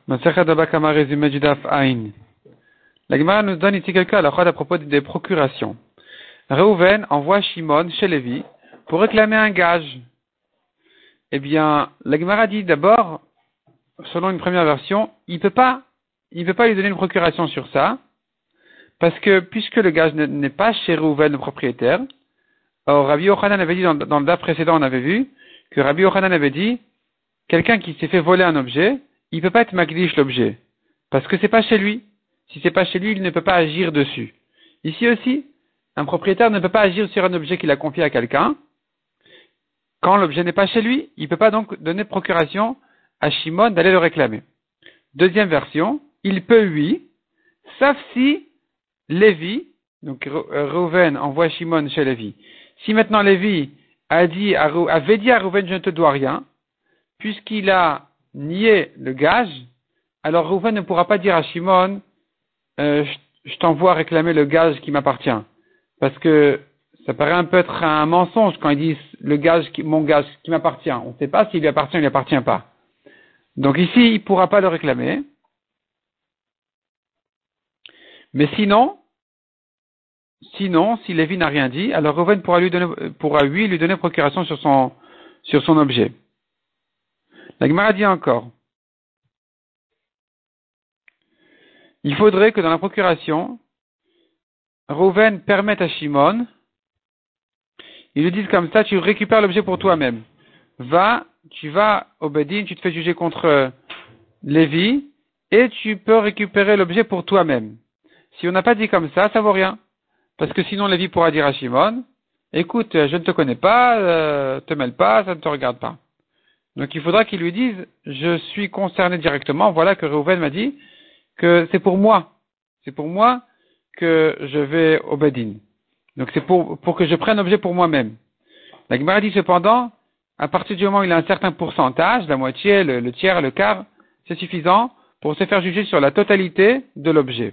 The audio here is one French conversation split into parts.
Masechet Baba Kama résumé du Daf Ain. La Gemara nous donne ici quelques halachot à propos des procurations. Reuven envoie Shimon chez Lévi pour réclamer un gage. Eh bien, la Gemara dit d'abord, selon une première version, il peut pas lui donner une procuration sur ça, parce que puisque le gage n'est pas chez Reuven le propriétaire. Or, Rabbi Yochanan avait dit dans le Daf précédent, on avait vu que Rabbi Yochanan avait dit, quelqu'un qui s'est fait voler un objet, il peut pas être magdish l'objet, parce que c'est pas chez lui. Si c'est pas chez lui, il ne peut pas agir dessus. Ici aussi, un propriétaire ne peut pas agir sur un objet qu'il a confié à quelqu'un. Quand l'objet n'est pas chez lui, il ne peut pas donc donner procuration à Shimon d'aller le réclamer. Deuxième version, il peut oui, sauf si Lévi, donc Reuven envoie Shimon chez Lévi. Si maintenant Lévi avait dit à Reuven, je ne te dois rien, puisqu'il a nié le gage, alors Reuven ne pourra pas dire à Shimon, je t'envoie réclamer le gage qui m'appartient. Parce que ça paraît un peu être un mensonge quand ils disent mon gage qui m'appartient. On ne sait pas s'il lui appartient ou il lui appartient pas. Donc ici, il ne pourra pas le réclamer. Mais sinon, si Lévi n'a rien dit, alors Reuven pourra lui donner procuration sur son objet. La Gemara dit encore, il faudrait que dans la procuration, Reuven permette à Shimon, ils lui disent comme ça, tu récupères l'objet pour toi-même. Tu vas au Bedin, tu te fais juger contre Lévi, et tu peux récupérer l'objet pour toi-même. Si on n'a pas dit comme ça vaut rien. Parce que sinon Lévi pourra dire à Shimon, écoute, je ne te connais pas, te mêle pas, ça ne te regarde pas. Donc il faudra qu'il lui dise, je suis concerné directement, voilà que Reuven m'a dit que c'est pour moi que je vais au Bedin. Donc c'est pour que je prenne l'objet pour moi-même. La Gemara dit cependant, à partir du moment où il a un certain pourcentage, la moitié, le tiers, le quart, c'est suffisant pour se faire juger sur la totalité de l'objet.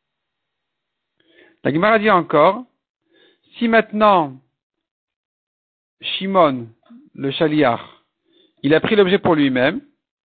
La Gemara dit encore, si maintenant Shimon, le shaliach, il a pris l'objet pour lui-même,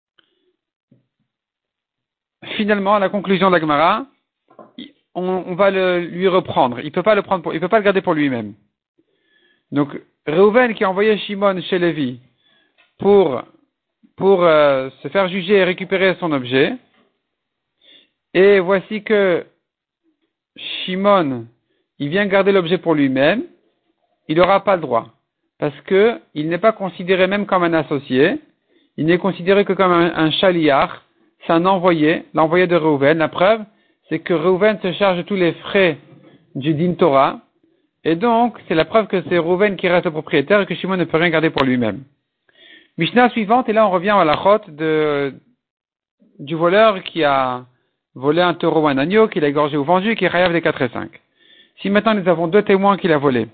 finalement, à la conclusion de la Gemara, on va lui reprendre. Il peut pas le garder pour lui-même. Donc, Reuven qui a envoyé Shimon chez Lévi pour se faire juger et récupérer son objet, et voici que Shimon, il vient garder l'objet pour lui-même, il n'aura pas le droit. Parce que il n'est pas considéré même comme un associé, il n'est considéré que comme un shaliach, c'est un envoyé, l'envoyé de Reuven. La preuve, c'est que Reuven se charge de tous les frais du din Torah, et donc c'est la preuve que c'est Reuven qui reste le propriétaire et que Shimon ne peut rien garder pour lui-même. Mishnah suivante, et là on revient à la chôte du voleur qui a volé un taureau ou un agneau, qu'il a égorgé ou vendu, et qui est chayav des 4 et 5. Si maintenant nous avons deux témoins qu'il a volé,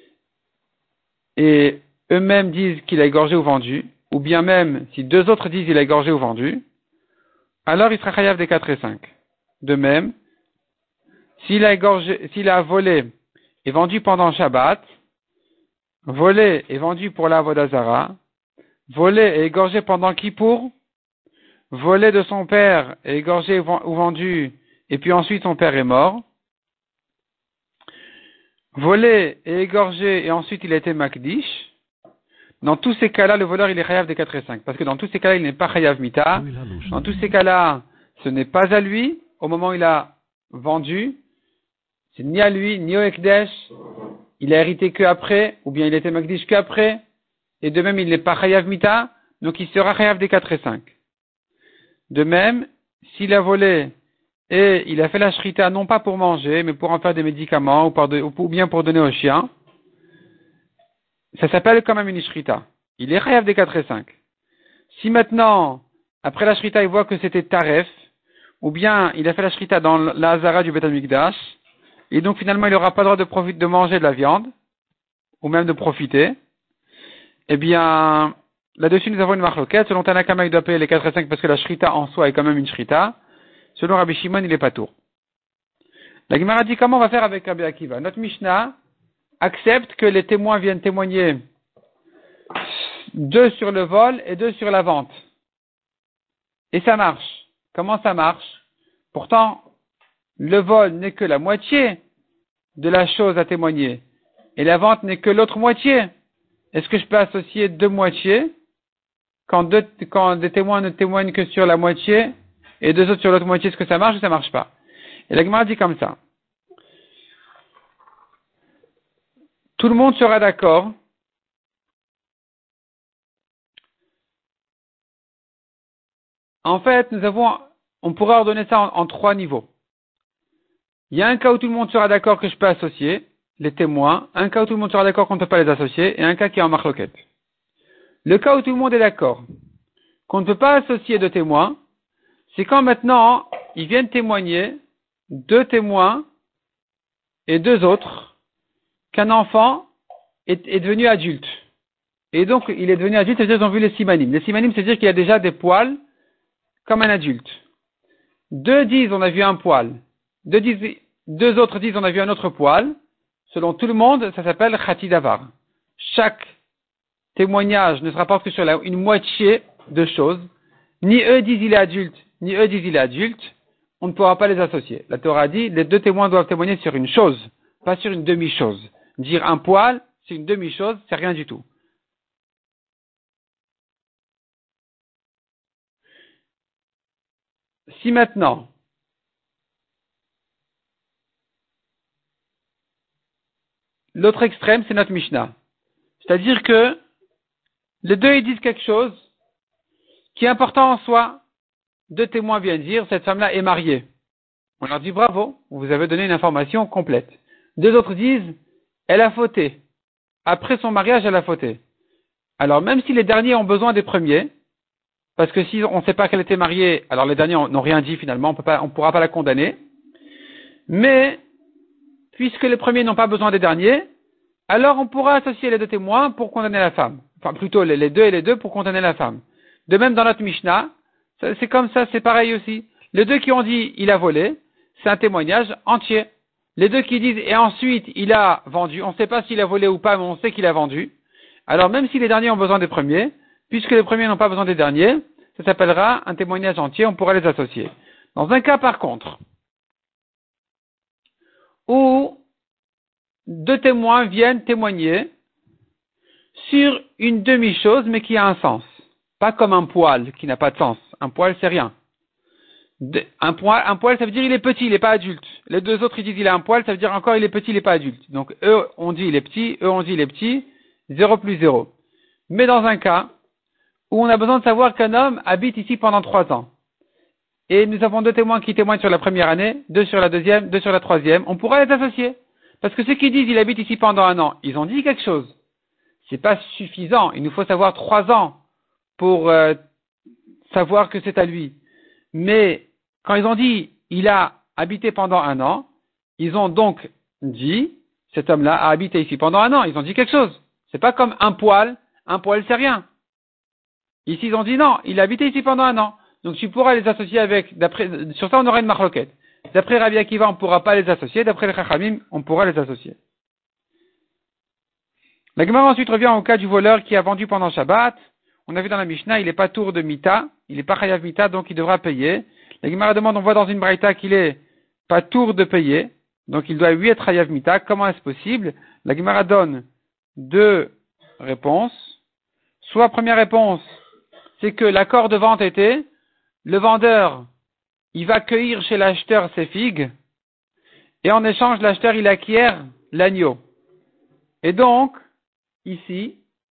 et eux-mêmes disent qu'il a égorgé ou vendu, ou bien même si deux autres disent qu'il a égorgé ou vendu, alors il sera chayav des 4 et 5. De même, s'il a volé et vendu pendant Shabbat, volé et vendu pour la Avodah Zara, volé et égorgé pendant Kippour, volé de son père et égorgé ou vendu, et puis ensuite son père est mort, volé et égorgé et ensuite il a été makdish, dans tous ces cas-là, le voleur il est chayav des 4 et 5, parce que dans tous ces cas-là, il n'est pas chayav mita, dans tous ces cas-là, ce n'est pas à lui, au moment où il a vendu, c'est ni à lui, ni au Ekdesh, il a hérité que après, ou bien il a été makdish que après, et de même il n'est pas chayav mita, donc il sera chayav des 4 et 5. De même, s'il a volé et il a fait la shrita non pas pour manger, mais pour en faire des médicaments ou bien pour donner aux chiens, ça s'appelle quand même une shrita. Il est chayav des 4 et 5. Si maintenant, après la shrita, il voit que c'était taref, ou bien il a fait la shrita dans la hazara du Beth Amikdash, et donc finalement il n'aura pas le droit de manger de la viande, ou même de profiter, eh bien, là-dessus nous avons une marloquette. Selon Tanakama, il doit payer les 4 et 5 parce que la shrita en soi est quand même une shrita. Selon Rabbi Shimon, il est pas tour. La Gemara dit comment on va faire avec Rabbi Akiva. Notre Mishnah accepte que les témoins viennent témoigner 2 sur le vol et 2 sur la vente. Et ça marche. Comment ça marche? Pourtant, le vol n'est que la moitié de la chose à témoigner. Et la vente n'est que l'autre moitié. Est-ce que je peux associer deux moitiés quand des témoins ne témoignent que sur la moitié et deux autres sur l'autre moitié? Est-ce que ça marche ou ça marche pas? Et la Gemara dit comme ça. Tout le monde sera d'accord. En fait, on pourra ordonner ça en trois niveaux. Il y a un cas où tout le monde sera d'accord que je peux associer les témoins, un cas où tout le monde sera d'accord qu'on ne peut pas les associer, et un cas qui est en marloquette. Le cas où tout le monde est d'accord qu'on ne peut pas associer de témoins, c'est quand maintenant ils viennent témoigner, deux témoins et deux autres, qu'un enfant est devenu adulte. Et donc, il est devenu adulte, c'est-à-dire qu'ils ont vu les simanim. Les simanim, c'est-à-dire qu'il a déjà des poils comme un adulte. Deux disent on a vu un poil. Deux autres disent on a vu un autre poil. Selon tout le monde, ça s'appelle Khati Davar. Chaque témoignage ne se rapporte que sur une moitié de choses. Ni eux disent il est adulte, ni eux disent il est adulte. On ne pourra pas les associer. La Torah dit les deux témoins doivent témoigner sur une chose, pas sur une demi-chose. Dire un poil, c'est une demi-chose, c'est rien du tout. Si maintenant, l'autre extrême, c'est notre Mishnah. C'est-à-dire que les deux, ils disent quelque chose qui est important en soi. Deux témoins viennent dire, cette femme-là est mariée. On leur dit bravo, vous avez donné une information complète. Deux autres disent, elle a fauté. Après son mariage, elle a fauté. Alors même si les derniers ont besoin des premiers, parce que si on ne sait pas qu'elle était mariée, alors les derniers n'ont rien dit finalement, on ne pourra pas la condamner. Mais, puisque les premiers n'ont pas besoin des derniers, alors on pourra associer les deux témoins pour condamner la femme. Enfin, plutôt les deux et les deux pour condamner la femme. De même, dans notre Mishnah, c'est comme ça, c'est pareil aussi. Les deux qui ont dit il a volé, c'est un témoignage entier. Les deux qui disent et ensuite il a vendu, on ne sait pas s'il a volé ou pas, mais on sait qu'il a vendu. Alors même si les derniers ont besoin des premiers, puisque les premiers n'ont pas besoin des derniers, ça s'appellera un témoignage entier, on pourra les associer. Dans un cas par contre, où deux témoins viennent témoigner sur une demi-chose, mais qui a un sens. Pas comme un poil, qui n'a pas de sens. Un poil, c'est rien. Un poil, ça veut dire il est petit, il n'est pas adulte. Les deux autres, ils disent il a un poil, ça veut dire encore il est petit, il n'est pas adulte. Donc, eux, on dit il est petit, eux, on dit il est petit, 0 plus 0. Mais dans un cas où on a besoin de savoir qu'un homme habite ici pendant 3 ans, et nous avons deux témoins qui témoignent sur la première année, deux sur la deuxième, deux sur la troisième, on pourra les associer. Parce que ceux qui disent il habite ici pendant 1 an, ils ont dit quelque chose. C'est pas suffisant. Il nous faut savoir 3 ans pour savoir que c'est à lui. Mais quand ils ont dit il a habité pendant 1 an, ils ont donc dit cet homme-là a habité ici pendant 1 an. Ils ont dit quelque chose. C'est pas comme un poil c'est rien. Ici ils ont dit non, il a habité ici pendant 1 an. Donc tu pourras les associer sur ça on aura une marloquette. D'après Rabbi Akiva on ne pourra pas les associer, d'après les Chachamim on pourra les associer. La Gemara ensuite revient au cas du voleur qui a vendu pendant Shabbat. On a vu dans la Mishnah, il n'est pas tour de Mita, il n'est pas Chayav Mita, donc il devra payer. La Gemara demande, on voit dans une Braïta qu'il est pas tour de payer, donc il doit lui être Chayav Mita. Comment est-ce possible? La Gemara donne 2 réponses. Soit première réponse, c'est que l'accord de vente était, le vendeur, il va cueillir chez l'acheteur ses figues, et en échange, l'acheteur, il acquiert l'agneau. Et donc, ici,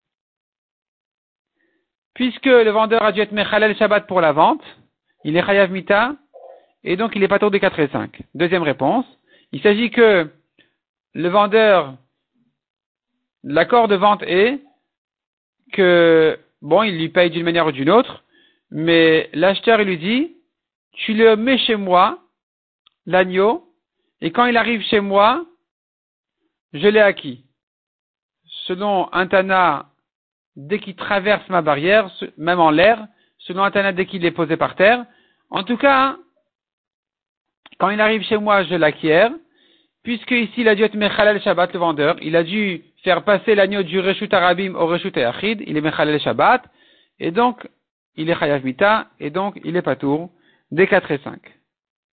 puisque le vendeur a dû être Mechalel Shabbat pour la vente, il est Chayav Mita, et donc il n'est pas tour des 4 et 5. Deuxième réponse, il s'agit que le vendeur, l'accord de vente est que, bon, il lui paye d'une manière ou d'une autre, mais l'acheteur, il lui dit, tu le mets chez moi, l'agneau, et quand il arrive chez moi, je l'ai acquis. Selon un Tana, dès qu'il traverse ma barrière, même en l'air, selon un Tana, dès qu'il est posé par terre. En tout cas, quand il arrive chez moi, je l'acquiers, puisque ici, il a dû être Mechalel Shabbat, le vendeur. Il a dû faire passer l'agneau du Reshut Arabim au Reshut Yachid. Il est Mechalel Shabbat. Et donc, il est Chayav Mita. Et donc, il est Patour des 4 et 5.